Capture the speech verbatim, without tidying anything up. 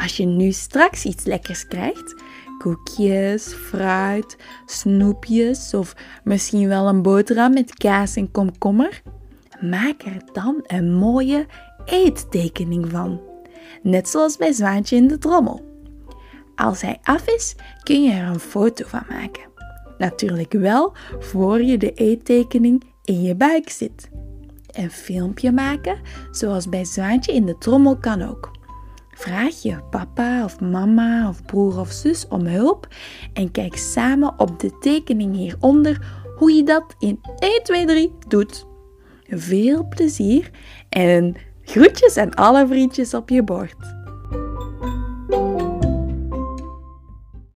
Als je nu straks iets lekkers krijgt, koekjes, fruit, snoepjes of misschien wel een boterham met kaas en komkommer, maak er dan een mooie eettekening van. Net zoals bij Zwaantje in de Trommel. Als hij af is, kun je er een foto van maken. Natuurlijk wel voor je de eettekening in je buik zit. Een filmpje maken, zoals bij Zwaantje in de Trommel, kan ook. Vraag je papa of mama of broer of zus om hulp en kijk samen op de tekening hieronder hoe je dat in één, twee, drie doet. Veel plezier en groetjes aan alle vriendjes op je bord.